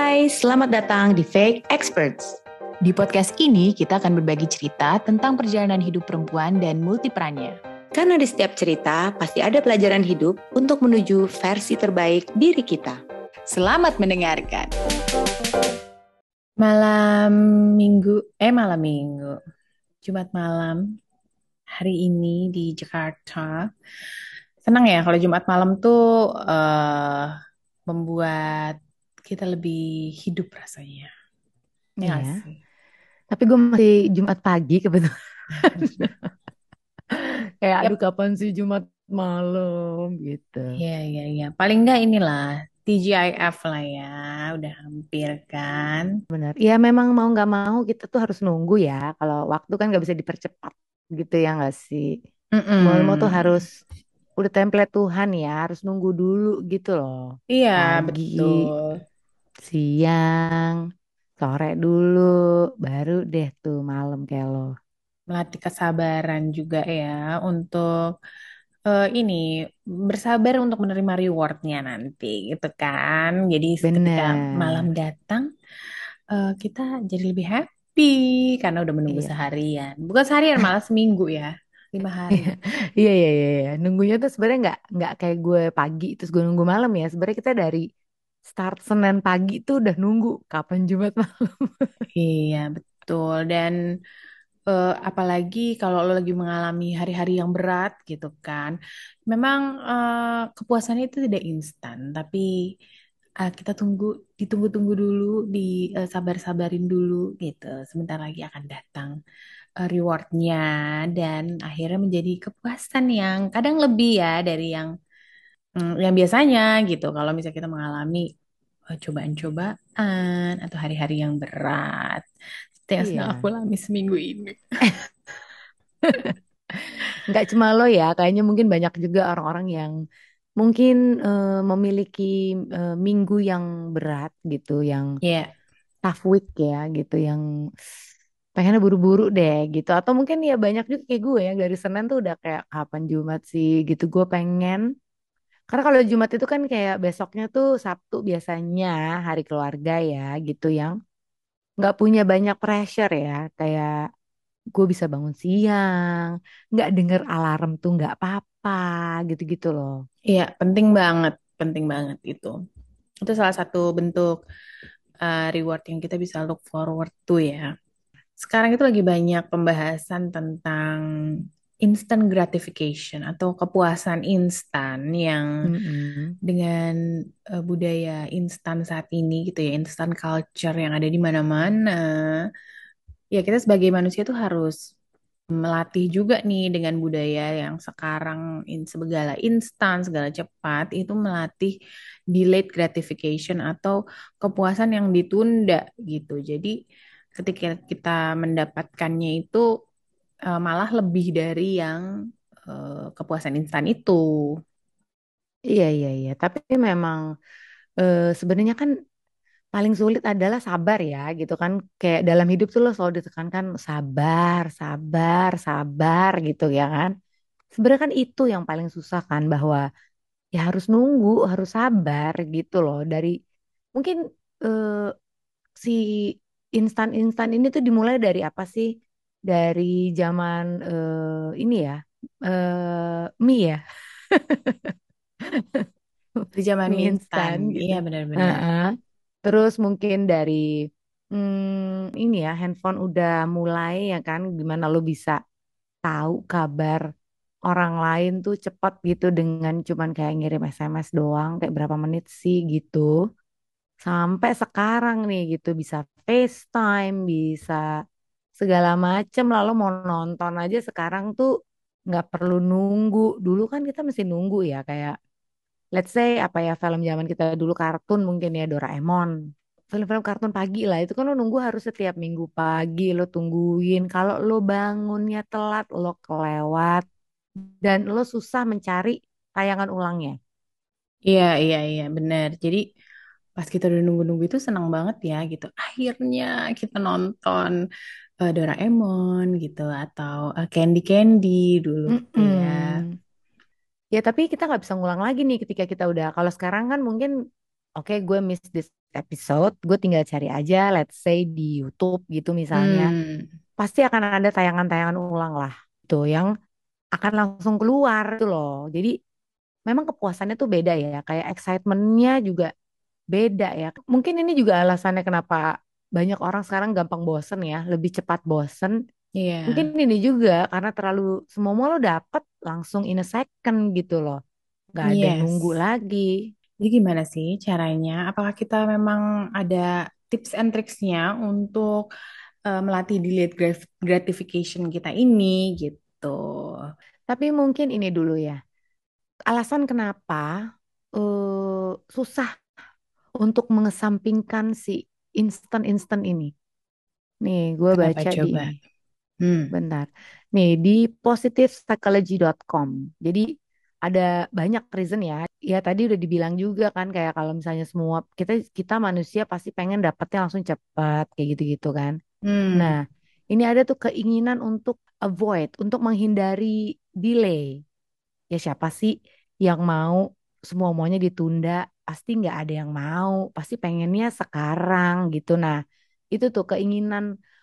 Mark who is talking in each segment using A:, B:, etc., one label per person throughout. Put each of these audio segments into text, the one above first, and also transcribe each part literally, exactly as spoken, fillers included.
A: Hai, selamat datang di Fake Experts.
B: Di podcast ini kita akan berbagi cerita tentang perjalanan hidup perempuan dan multiperannya.
A: Karena di setiap cerita pasti ada pelajaran hidup untuk menuju versi terbaik diri kita.
B: Selamat mendengarkan. Malam minggu, eh malam minggu, Jumat malam hari ini di Jakarta. Senang ya kalau Jumat malam tuh uh, membuat kita lebih hidup rasanya. Ya nggak
C: Iya,
B: sih?
C: tapi gue masih Jumat pagi kebetulan. Kayak aduh
B: Yap.
C: kapan sih Jumat malam gitu.
B: Iya, iya, iya. Paling nggak inilah T G I F lah ya. Udah hampir kan.
C: Benar. Ya memang mau nggak mau kita tuh harus nunggu ya. Kalau waktu kan nggak bisa dipercepat gitu ya nggak sih. Mau tuh harus
B: Mm-mm.
C: udah template Tuhan ya, harus nunggu dulu gitu loh.
B: Iya,
C: Pagi,
B: betul.
C: siang, sore dulu, baru deh tuh malam kayak lo.
B: Melatih kesabaran juga ya untuk eh, ini bersabar untuk menerima rewardnya nanti gitu kan. Jadi ketika malam
C: Bener.
B: datang eh, kita jadi lebih happy karena udah menunggu
C: Iya.
B: seharian. Bukan seharian malah seminggu ya. Lima hari.
C: Iya iya iya iya. Nunggunya tuh sebenarnya nggak nggak kayak gue pagi terus gue nunggu malam ya. Sebenarnya kita dari start Senin pagi tuh udah nunggu kapan Jumat malam.
B: Iya, betul. Dan eh, apalagi kalau lo lagi mengalami hari-hari yang berat gitu kan. Memang eh, kepuasannya itu tidak instan, tapi eh, kita tunggu, ditunggu-tunggu dulu, disabar-sabarin dulu gitu. Sebentar lagi akan datang eh, rewardnya dan akhirnya menjadi kepuasan yang kadang lebih ya dari yang mm, yang biasanya gitu. Kalau misalnya kita mengalami eh, cobaan-cobaan atau hari-hari yang berat. Seperti yang sedang aku
C: Iya.
B: alami seminggu ini.
C: Nggak cuma lo ya. Kayaknya mungkin banyak juga orang-orang yang mungkin eh, memiliki eh, minggu yang berat gitu, yang
B: Ya,
C: tough week ya gitu, yang pengennya buru-buru deh gitu. Atau mungkin ya banyak juga kayak gue yang dari Senin tuh udah kayak kapan Jumat sih gitu. Gue pengen. Karena kalau Jumat itu kan kayak besoknya tuh Sabtu biasanya hari keluarga ya gitu yang nggak punya banyak pressure ya. Kayak gue bisa bangun siang, nggak denger alarm tuh nggak apa-apa gitu-gitu loh.
B: iya, penting banget, penting banget itu. Itu salah satu bentuk uh, reward yang kita bisa look forward to ya. Sekarang itu lagi banyak pembahasan tentang instant gratification atau kepuasan instan yang
C: Mm-mm.
B: dengan uh, budaya instan saat ini gitu ya, instant culture yang ada di mana-mana. Ya, kita sebagai manusia tuh harus melatih juga nih dengan budaya yang sekarang in, segala instan, segala cepat itu melatih delayed gratification atau kepuasan yang ditunda gitu. Jadi ketika kita mendapatkannya itu eh, malah lebih dari yang eh, kepuasan instan itu.
C: Iya iya iya. Tapi memang eh, sebenarnya kan paling sulit adalah sabar ya gitu kan. Kayak dalam hidup tuh lo selalu ditekankan sabar, sabar, sabar gitu ya kan. Sebenarnya kan itu yang paling susah kan bahwa ya harus nunggu, harus sabar gitu loh. Dari mungkin eh, si instan-instan ini tuh dimulai dari apa sih? Dari zaman eh, ini ya, eh, mie ya,
B: Di zaman
C: mie
B: mie instan,
C: instan gitu.
B: iya benar-benar.
C: Heeh. Terus mungkin dari hmm, ini ya, handphone udah mulai ya kan, gimana lo bisa tahu kabar orang lain tuh cepat gitu dengan cuman kayak ngirim S M S doang, kayak berapa menit sih gitu. Sampai sekarang nih gitu bisa FaceTime, bisa segala macem. Lalu mau nonton aja sekarang tuh nggak perlu nunggu. Dulu kan kita mesti nunggu ya kayak let's say apa ya film zaman kita dulu kartun mungkin ya Doraemon. Film-film kartun pagi lah itu kan lo nunggu harus setiap minggu pagi lo tungguin. Kalau lo bangunnya telat lo kelewat dan lo susah mencari tayangan ulangnya.
B: Iya, iya, iya, benar. Jadi pas kita udah nunggu-nunggu itu senang banget ya gitu. Akhirnya kita nonton eh, Doraemon gitu atau eh, Candy Candy dulu gitu ya.
C: Mm-mm. Ya tapi kita nggak bisa ngulang lagi nih ketika kita udah kalau sekarang kan mungkin oke gue miss this episode, gue tinggal cari aja, let's say di YouTube gitu misalnya,
B: Hmm,
C: pasti akan ada tayangan-tayangan ulang lah, tuh yang akan langsung keluar tuh loh. Jadi memang kepuasannya tuh beda ya, kayak excitementnya juga beda ya. Mungkin ini juga alasannya kenapa banyak orang sekarang gampang bosen ya, lebih cepat bosen. Mungkin
B: iya.
C: ini juga karena terlalu semua mau lo dapet langsung in a second gitu loh. Gak ada yang nunggu
B: Yes.
C: lagi.
B: Jadi gimana sih caranya? Apakah kita memang ada tips and tricksnya untuk eh, melatih delayed grat- gratification kita ini gitu?
C: Tapi mungkin ini dulu ya. Alasan kenapa eh, susah untuk mengesampingkan si instan-instan ini. Nih, gue
B: Kenapa
C: baca di
B: coba?
C: ini.
B: Hmm.
C: Bentar. Nih, di positive psychology dot com. Jadi ada banyak reason ya. Ya tadi udah dibilang juga kan kayak kalau misalnya semua kita kita manusia pasti pengen dapetnya langsung cepat kayak gitu-gitu kan. Nah,
B: Hmm.
C: ini ada tuh keinginan untuk avoid, untuk menghindari delay. Ya siapa sih yang mau semua maunya ditunda? Pasti nggak ada yang mau. Pasti pengennya sekarang gitu. Nah, itu tuh keinginan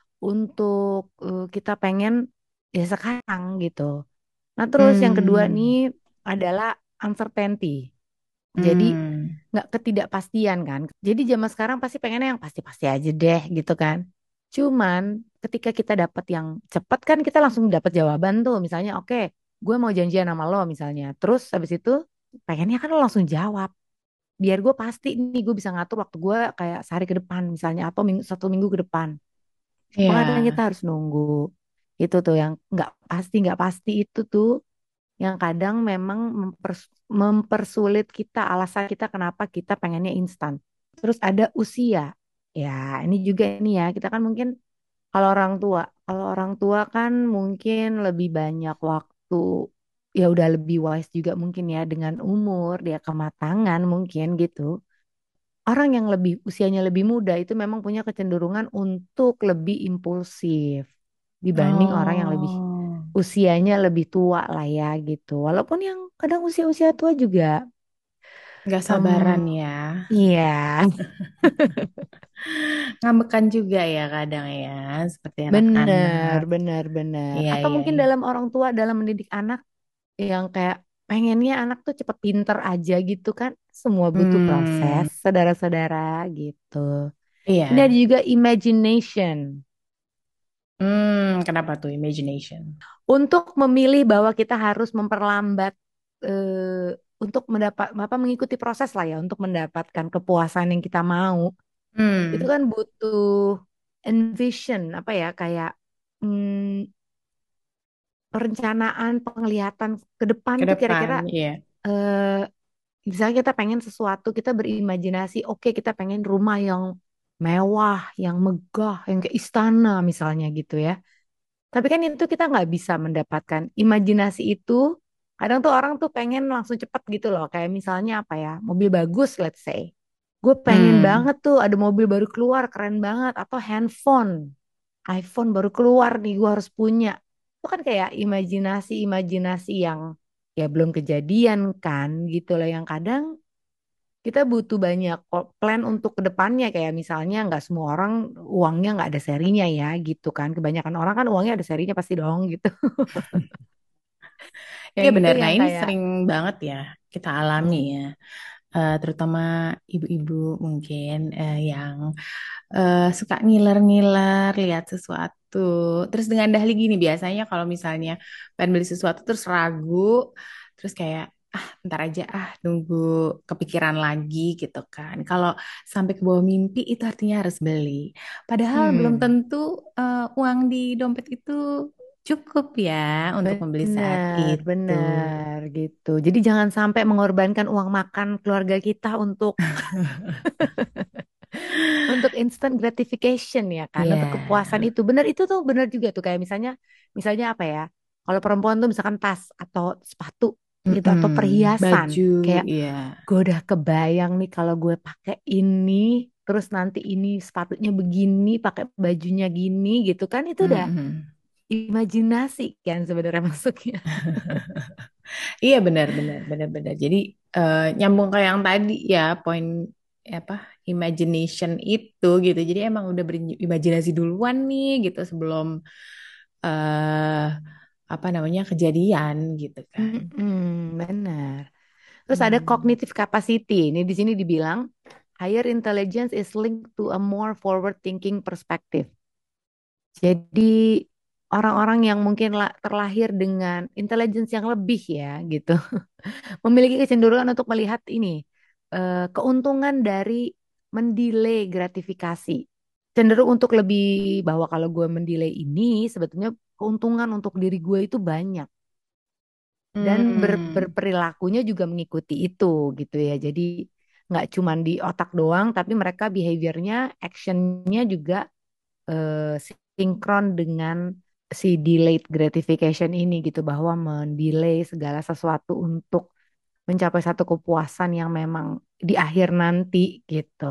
C: untuk eh, kita pengen ya sekarang gitu. Nah, terus yang kedua nih
B: Hmm.
C: adalah uncertainty. Jadi
B: Hmm.
C: nggak ketidakpastian kan. Jadi zaman sekarang pasti pengennya yang pasti-pasti aja deh gitu kan. Cuman ketika kita dapat yang cepat kan kita langsung dapat jawaban tuh. Misalnya oke, gue mau janjian sama lo misalnya. Terus habis itu pengennya kan lo langsung jawab. Biar gue pasti nih gue bisa ngatur waktu gue kayak sehari ke depan misalnya atau minggu, satu minggu ke depan. Cuma kadang kita
B: Ya,
C: harus nunggu. Itu tuh yang nggak pasti nggak pasti itu tuh yang kadang memang mempers- mempersulit kita alasan kita kenapa kita pengennya instan. Terus ada usia. Ya, ini juga ini ya, kita kan mungkin kalau orang tua, kalau orang tua kan mungkin lebih banyak waktu, ya udah lebih wise juga mungkin ya dengan umur, dia kematangan mungkin gitu. Orang yang lebih usianya lebih muda itu memang punya kecenderungan untuk lebih impulsif dibanding orang yang lebih
B: oh,
C: usianya lebih tua lah ya gitu. Walaupun yang kadang usia-usia tua juga,
B: nggak
C: em,
B: sabaran ya.
C: iya,
B: Ngambekan juga ya kadang ya, seperti
C: bener,
B: anak-anak.
C: bener, bener.
B: Iya,
C: Atau
B: iya,
C: mungkin
B: iya.
C: dalam orang tua dalam mendidik anak yang kayak pengennya anak tuh cepet pinter aja gitu kan. Semua butuh proses,
B: Hmm,
C: saudara-saudara gitu. Ini ada
B: iya.
C: juga imagination.
B: Hmm, kenapa tuh imagination?
C: Untuk memilih bahwa kita harus memperlambat eh, untuk mendapat apa mengikuti proses lah ya untuk mendapatkan kepuasan yang kita mau. Itu
B: Hmm,
C: kan butuh envision apa ya kayak hmm, perencanaan penglihatan ke depan
B: ke
C: tuh
B: depan,
C: kira-kira
B: iya.
C: eh, misalnya kita pengen sesuatu kita berimajinasi oke kita pengen rumah yang mewah yang megah yang kayak istana misalnya gitu ya tapi kan itu kita nggak bisa mendapatkan imajinasi itu kadang tuh orang tuh pengen langsung cepet gitu loh kayak misalnya apa ya mobil bagus let's say gue pengen
B: Hmm,
C: banget tuh ada mobil baru keluar keren banget atau handphone iPhone baru keluar nih gue harus punya. Itu kan kayak imajinasi-imajinasi yang ya belum kejadian kan gitu loh yang kadang kita butuh banyak ko- plan untuk kedepannya kayak misalnya nggak semua orang uangnya nggak ada serinya ya gitu kan. Kebanyakan orang kan uangnya ada serinya pasti dong gitu.
B: iya
C: Yang itu
B: benar. Nah
C: yang
B: ini
C: kayak
B: sering banget ya kita alami
C: hmm,
B: ya. Eh, terutama ibu-ibu mungkin eh, yang eh, suka ngiler-ngiler lihat sesuatu. Terus dengan dahli gini biasanya kalau misalnya pengen beli sesuatu terus ragu, terus kayak ah ntar aja ah nunggu kepikiran lagi gitu kan. Kalau sampai ke bawah mimpi itu artinya harus beli. Padahal belum
C: hmm,
B: tentu eh, uang di dompet itu cukup ya untuk membeli saat
C: bener
B: itu.
C: bener gitu. Jadi jangan sampai mengorbankan uang makan keluarga kita untuk untuk instant gratification ya kan untuk kepuasan
B: Ya,
C: itu benar itu tuh benar juga tuh kayak misalnya misalnya apa ya kalau perempuan tuh misalkan tas atau sepatu gitu atau
B: mm-mm.
C: perhiasan
B: Baju,
C: kayak
B: ya.
C: gue udah kebayang nih kalau gue pakai ini terus nanti ini sepatunya begini pakai bajunya gini gitu kan itu udah
B: Mm-mm.
C: imajinasi kan sebenarnya masuknya.
B: Iya benar benar benar benar. Jadi eh, nyambung ke yang tadi ya poin apa imagination itu gitu. Jadi emang udah berimajinasi duluan nih gitu sebelum eh apa namanya kejadian gitu kan.
C: Mm-mm, benar. Terus ada
B: Hmm.
C: cognitive capacity. Ini di sini dibilang higher intelligence is linked to a more forward thinking perspective. Jadi orang-orang yang mungkin la- terlahir dengan intelligence yang lebih ya gitu, memiliki kecenderungan untuk melihat ini eh, keuntungan dari mendelay gratifikasi. Cenderung untuk lebih bahwa kalau gue mendelay ini sebetulnya keuntungan untuk diri gue itu banyak dan ber-
B: Hmm.
C: berperilakunya juga mengikuti itu gitu ya. Jadi nggak cuman di otak doang, tapi mereka behaviornya, actionnya juga eh, sinkron dengan si delayed gratification ini gitu bahwa mendelay segala sesuatu untuk mencapai satu kepuasan yang memang di akhir nanti gitu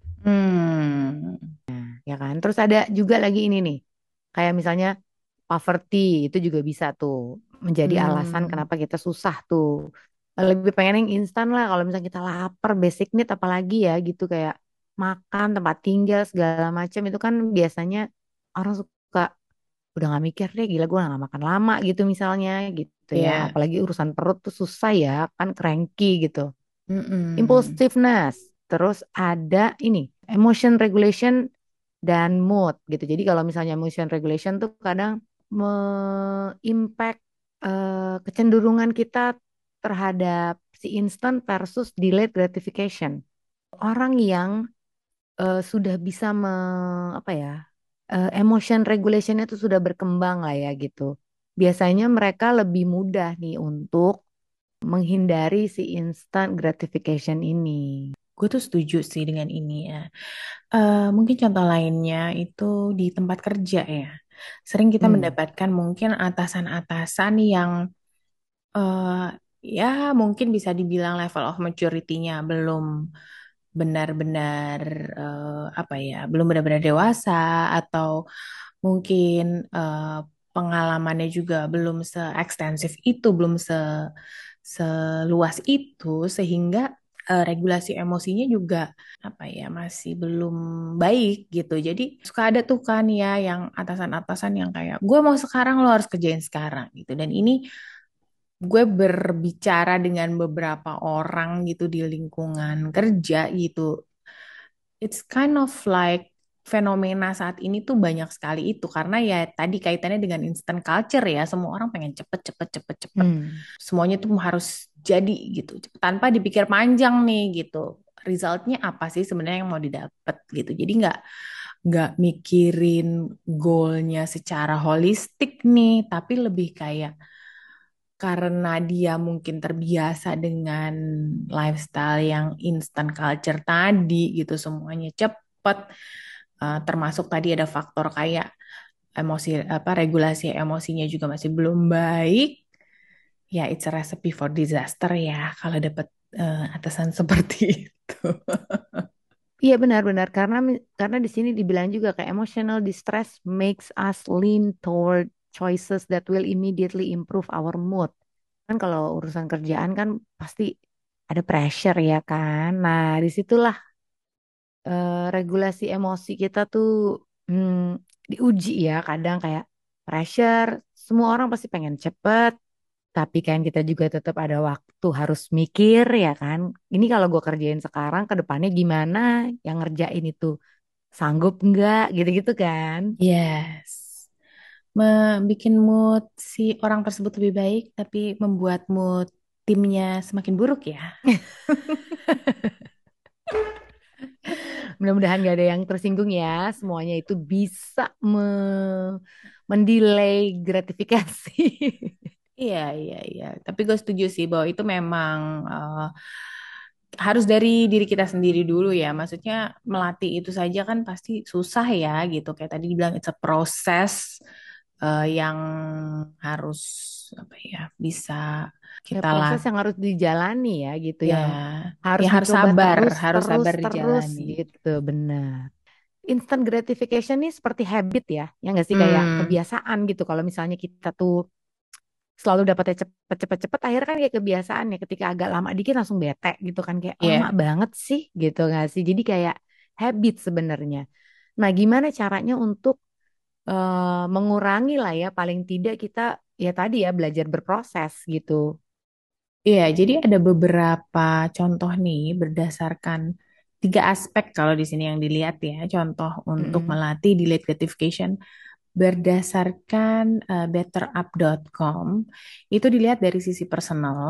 B: Hmm.
C: ya kan. Terus ada juga lagi ini nih kayak misalnya poverty itu juga bisa tuh menjadi alasan
B: Hmm.
C: kenapa kita susah tuh. Lebih pengen yang instan lah kalau misalnya kita lapar basic need apalagi ya gitu kayak makan, tempat tinggal segala macam itu kan biasanya orang suka udah nggak mikir deh gila gue nggak makan lama gitu misalnya gitu ya
B: Ya.
C: apalagi urusan perut tuh susah ya kan cranky gitu.
B: Mm-mm.
C: Impulsiveness. Terus ada ini, emotion regulation dan mood gitu. Jadi kalau misalnya emotion regulation tuh kadang me-impact eh, kecenderungan kita terhadap si instant versus delayed gratification. Orang yang eh, sudah bisa me, apa ya, eh, emotion regulationnya tuh sudah berkembang lah ya gitu. Biasanya mereka lebih mudah nih untuk menghindari si instant gratification ini.
B: Gue tuh setuju sih dengan ini ya. Eh, mungkin contoh lainnya itu di tempat kerja ya. Sering kita
C: Hmm.
B: mendapatkan mungkin atasan-atasan yang eh, ya mungkin bisa dibilang level of maturity-nya belum benar-benar eh, apa ya, belum benar-benar dewasa atau mungkin eh, pengalamannya juga belum se-ekstensif itu, belum se seluas itu sehingga eh, regulasi emosinya juga apa ya masih belum baik gitu. Jadi suka ada tuh kan ya yang atasan-atasan yang kayak gue mau sekarang lo harus kerjain sekarang gitu. Dan ini gue berbicara dengan beberapa orang gitu di lingkungan kerja gitu. It's kind of like fenomena saat ini tuh banyak sekali itu karena ya tadi kaitannya dengan instant culture ya semua orang pengen cepet cepet cepet cepet
C: Hmm.
B: semuanya tuh harus jadi gitu tanpa dipikir panjang nih gitu resultnya apa sih sebenarnya yang mau didapat gitu jadi nggak nggak mikirin goalnya secara holistik nih tapi lebih kayak karena dia mungkin terbiasa dengan lifestyle yang instant culture tadi gitu semuanya cepet. Eh, termasuk tadi ada faktor kayak emosi apa regulasi emosinya juga masih belum baik ya it's a recipe for disaster ya kalau dapat eh, atasan seperti itu.
C: Iya benar-benar karena mi- karena di sini dibilang juga kayak emotional distress makes us lean toward choices that will immediately improve our mood. Kan kalau urusan kerjaan kan pasti ada pressure ya kan. Nah, disitulah eh, regulasi emosi kita tuh hmm, diuji ya kadang kayak pressure. Semua orang pasti pengen cepet, tapi kan kita juga tetap ada waktu harus mikir ya kan. Ini kalau gue kerjain sekarang ke depannya gimana yang ngerjain itu sanggup nggak gitu-gitu kan.
B: Yes. Membikin mood si orang tersebut lebih baik, tapi membuat mood timnya semakin buruk ya.
C: Mudah-mudahan gak ada yang tersinggung ya. Semuanya itu bisa me mendelay gratifikasi.
B: Iya, iya, iya. Tapi gue setuju sih bahwa itu memang eh, harus dari diri kita sendiri dulu ya. Maksudnya melatih itu saja kan pasti susah ya gitu. Kayak tadi dibilang it's a process eh, yang harus apa ya bisa
C: Ya
B: kita lah
C: proses yang harus dijalani ya gitu
B: ya
C: yang harus
B: yang harus
C: dicoba
B: sabar,
C: terus
B: harus
C: terus
B: sabar
C: terus
B: dijalani.
C: gitu benar. Instant gratification nih seperti habit ya, yang nggak sih kayak
B: Hmm,
C: kebiasaan gitu. Kalau misalnya kita tuh selalu dapatnya cepet cepet cepet, akhirnya kan kayak kebiasaan ya, ketika agak lama dikit langsung bete gitu kan, kayak lama
B: Iya.
C: banget sih gitu nggak sih, jadi kayak habit sebenarnya. Nah, gimana caranya untuk eh, mengurangi lah ya, paling tidak kita ya tadi ya belajar berproses gitu.
B: Iya, jadi ada beberapa contoh nih berdasarkan tiga aspek kalau di sini yang dilihat ya. Contoh untuk
C: Mm-mm.
B: melatih delayed gratification berdasarkan eh, betterup dot com itu dilihat dari sisi personal,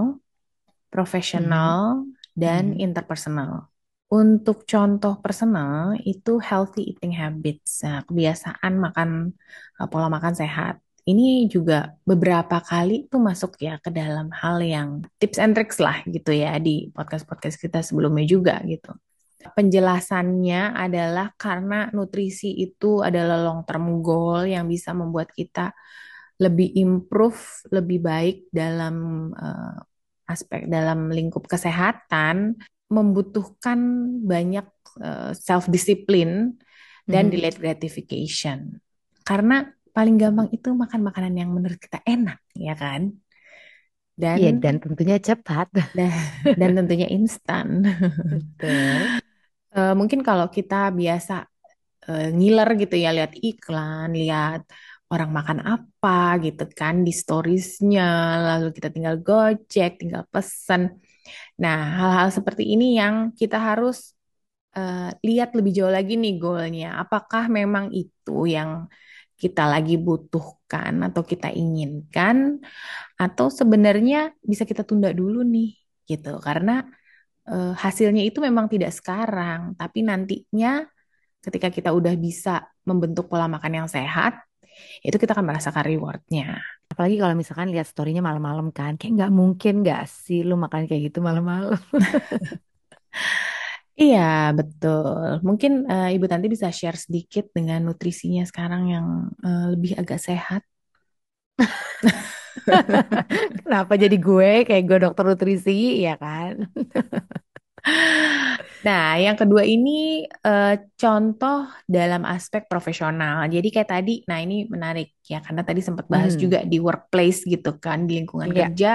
C: Mhm.
B: profesional, dan
C: Mhm.
B: interpersonal. Untuk contoh personal itu healthy eating habits, nah, kebiasaan makan eh, pola makan sehat. Ini juga beberapa kali tuh masuk ya ke dalam hal yang tips and tricks lah gitu ya di podcast-podcast kita sebelumnya juga gitu. Penjelasannya adalah karena nutrisi itu adalah long term goal yang bisa membuat kita lebih improve, lebih baik dalam eh, aspek dalam lingkup kesehatan, membutuhkan banyak self discipline dan
C: Mhm.
B: delayed gratification. Karena paling gampang itu makan makanan yang menurut kita enak, ya kan?
C: Iya,
B: Dan
C: dan tentunya cepat.
B: dan, dan tentunya instan.
C: Betul.
B: Eh, mungkin kalau kita biasa eh, ngiler gitu ya, lihat iklan, lihat orang makan apa gitu kan di storiesnya, lalu kita tinggal gojek, tinggal pesen. Nah, hal-hal seperti ini yang kita harus eh, lihat lebih jauh lagi nih goalnya. Apakah memang itu yang kita lagi butuhkan atau kita inginkan, atau sebenarnya bisa kita tunda dulu nih gitu. Karena eh, hasilnya itu memang tidak sekarang, tapi nantinya ketika kita udah bisa membentuk pola makan yang sehat, itu kita akan merasakan rewardnya.
C: Apalagi kalau misalkan lihat storynya malam-malam kan, kayak nggak mungkin nggak sih lu makan kayak gitu malam-malam.
B: Iya, betul. Mungkin eh, Ibu Tanti bisa share sedikit dengan nutrisinya sekarang yang eh, lebih agak sehat.
C: Kenapa jadi gue kayak gue dokter nutrisi ya kan?
B: Nah, yang kedua ini eh, contoh dalam aspek profesional. Jadi kayak tadi, nah ini menarik ya, karena tadi sempat bahas
C: Hmm,
B: juga di workplace gitu kan, di lingkungan
C: iya.
B: kerja.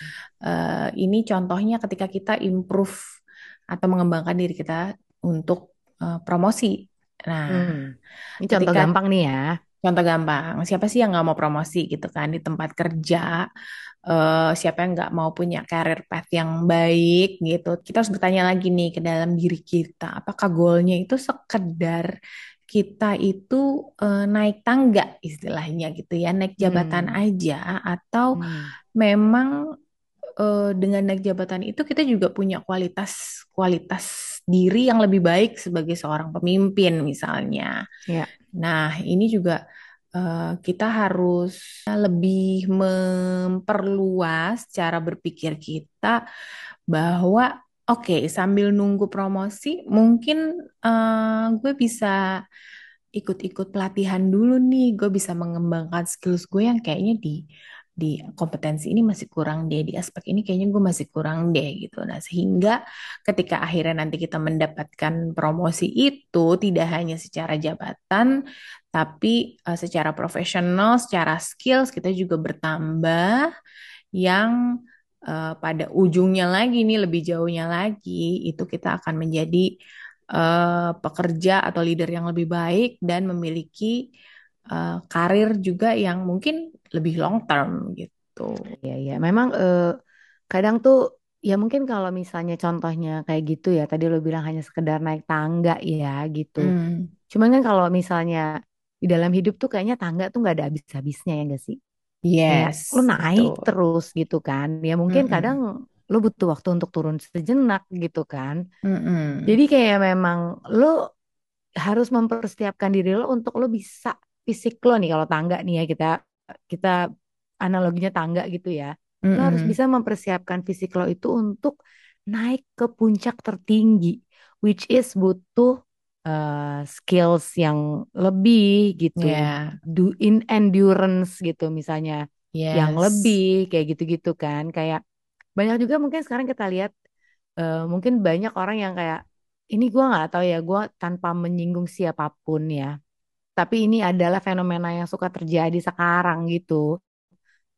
B: Eh, ini contohnya ketika kita improve atau mengembangkan diri kita untuk eh, promosi. Nah,
C: Hmm. Ini contoh
B: ketika
C: gampang nih ya.
B: contoh gampang, siapa sih yang nggak mau promosi gitu kan di tempat kerja? Eh, siapa yang nggak mau punya career path yang baik gitu? Kita harus bertanya lagi nih ke dalam diri kita, apakah goalnya itu sekedar kita itu eh, naik tangga istilahnya gitu ya, naik jabatan
C: Hmm.
B: aja, atau
C: Hmm.
B: memang eh, dengan naik jabatan itu kita juga punya kualitas kualitas diri yang lebih baik sebagai seorang pemimpin misalnya.
C: Ya.
B: Nah, ini juga eh, kita harus lebih memperluas cara berpikir kita bahwa oke, sambil nunggu promosi, mungkin eh, gue bisa ikut-ikut pelatihan dulu nih, gue bisa mengembangkan skills gue yang kayaknya di di kompetensi ini masih kurang deh, di aspek ini kayaknya gue masih kurang deh gitu. Nah, sehingga ketika akhirnya nanti kita mendapatkan promosi itu tidak hanya secara jabatan, tapi eh, secara profesional, secara skills kita juga bertambah yang eh, pada ujungnya lagi nih, lebih jauhnya lagi, itu kita akan menjadi eh, pekerja atau leader yang lebih baik dan memiliki eh, karir juga yang mungkin lebih long term gitu.
C: Ya, ya. Memang eh, kadang tuh ya mungkin kalau misalnya contohnya kayak gitu ya, tadi lo bilang hanya sekedar naik tangga ya gitu.
B: Hmm,
C: Cuman kan kalau misalnya di dalam hidup tuh kayaknya tangga tuh nggak ada habis-habisnya ya gak sih? Kayak lu
B: yes,
C: naik
B: betul.
C: terus gitu kan. Ya mungkin kadang
B: Mm-mm.
C: lu butuh waktu untuk turun sejenak gitu kan.
B: Mm-mm.
C: Jadi kayak memang lu harus mempersiapkan diri lo untuk lo bisa fisik lo nih, kalau tangga nih ya, kita kita analoginya tangga gitu ya. Lo harus
B: Mm-mm.
C: bisa mempersiapkan fisik lo itu untuk naik ke puncak tertinggi, which is butuh uh, skills yang lebih gitu,
B: Yeah,
C: do in endurance gitu misalnya, yang lebih
B: yes.
C: kayak gitu-gitu kan. Kayak banyak juga mungkin sekarang kita lihat, eh, mungkin banyak orang yang kayak, ini gue nggak tahu ya, gue tanpa menyinggung siapapun ya, tapi ini adalah fenomena yang suka terjadi sekarang gitu.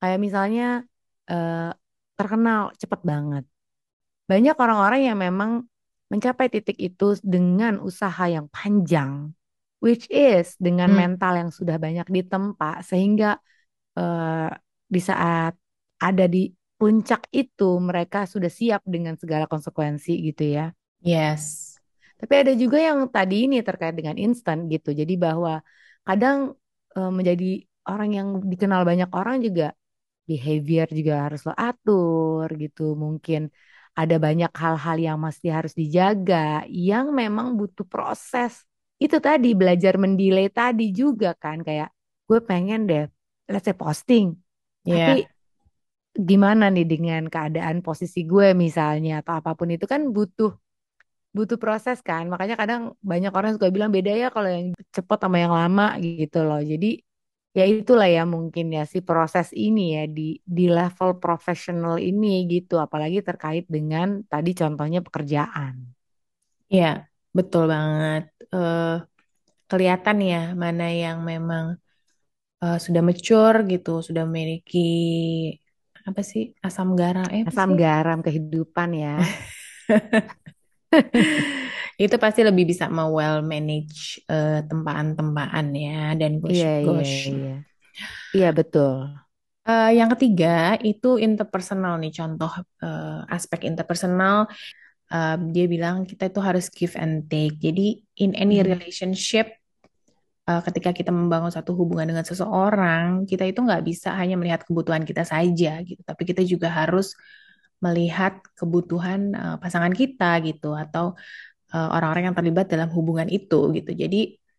C: Kayak misalnya eh, terkenal cepet banget. Banyak orang-orang yang memang mencapai titik itu dengan usaha yang panjang, which is dengan
B: Hmm.
C: mental yang sudah banyak ditempa, sehingga eh, di saat ada di puncak itu mereka sudah siap dengan segala konsekuensi gitu ya.
B: Yes.
C: Tapi ada juga yang tadi ini terkait dengan instan gitu. Jadi bahwa kadang eh, menjadi orang yang dikenal banyak orang juga behavior juga harus lo atur gitu. Mungkin ada banyak hal-hal yang masih harus dijaga yang memang butuh proses. Itu tadi belajar mendelay tadi juga kan kayak gue pengen deh let's say posting.
B: Ya.
C: Tapi gimana nih dengan keadaan posisi gue misalnya atau apapun itu kan butuh butuh proses kan. Makanya kadang banyak orang suka bilang beda ya kalau yang cepet sama yang lama gitu loh. Jadi ya itulah ya mungkin ya si proses ini ya di di level profesional ini gitu. Apalagi terkait dengan tadi contohnya pekerjaan.
B: Ya, betul banget. Eh, kelihatan ya mana yang memang eh, sudah mature gitu, sudah memiliki apa sih asam garam, eh apa
C: Asam
B: sih?
C: garam kehidupan ya.
B: Itu pasti lebih bisa me-well manage eh, tempaan-tempaan ya dan
C: Iya, iya,
B: gosip-gosip.
C: iya. Iya betul.
B: Eh, yang ketiga itu interpersonal nih contoh eh, aspek interpersonal. Eh, dia bilang kita itu harus give and take. Jadi in any
C: Hmm.
B: relationship eh, ketika kita membangun satu hubungan dengan seseorang, kita itu nggak bisa hanya melihat kebutuhan kita saja gitu, tapi kita juga harus melihat kebutuhan eh, pasangan kita gitu atau eh, orang-orang yang terlibat dalam hubungan itu gitu. Jadi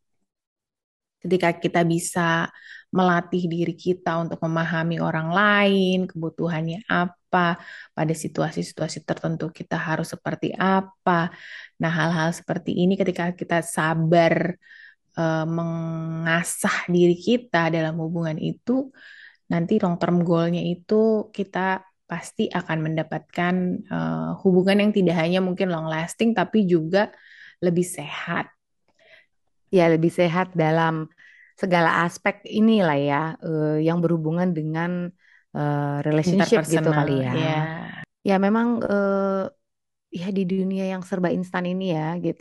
B: ketika kita bisa melatih diri kita untuk memahami orang lain, kebutuhannya apa, pada situasi-situasi tertentu kita harus seperti apa. Nah, hal-hal seperti ini ketika kita sabar eh, mengasah diri kita dalam hubungan itu, nanti long term goal-nya itu kita pasti akan mendapatkan eh, hubungan yang tidak hanya mungkin long lasting, tapi juga lebih sehat.
C: Ya lebih sehat dalam segala aspek inilah ya eh, yang berhubungan dengan eh, relationship gitu kali
B: Interpersonal,
C: ya.
B: ya.
C: Ya memang eh, ya di dunia yang serba instan ini ya gitu.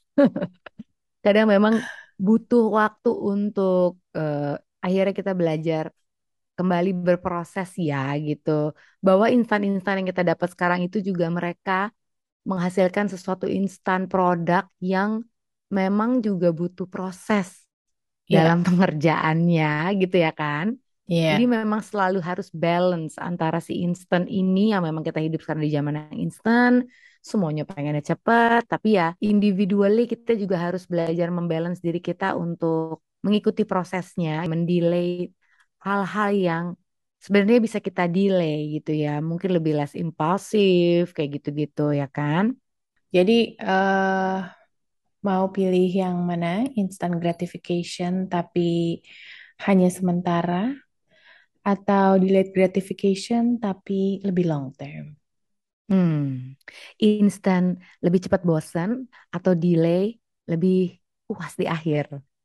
C: Kadang memang butuh waktu untuk eh, akhirnya kita belajar kembali berproses ya gitu. Bahwa instan-instan yang kita dapat sekarang itu juga mereka menghasilkan sesuatu instan produk yang memang juga butuh proses
B: Iya,
C: dalam pengerjaannya gitu ya kan. Jadi
B: iya.
C: memang selalu harus balance antara si instan ini yang memang kita hidup sekarang di zaman yang instan, semuanya pengennya cepat, tapi ya individually kita juga harus belajar membalance diri kita untuk mengikuti prosesnya, mendelay hal-hal yang sebenarnya bisa kita delay gitu ya, mungkin lebih less impulsif kayak gitu-gitu ya kan.
B: Jadi eh mau pilih yang mana? Instant gratification tapi hanya sementara atau delayed gratification tapi lebih long term?
C: Hmm, instan lebih cepat bosan atau delay lebih puas di akhir.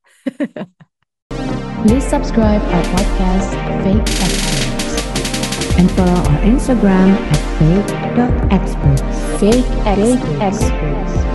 D: Please subscribe our podcast, Fake Experts, and follow our Instagram at fake dot experts. Fake Experts.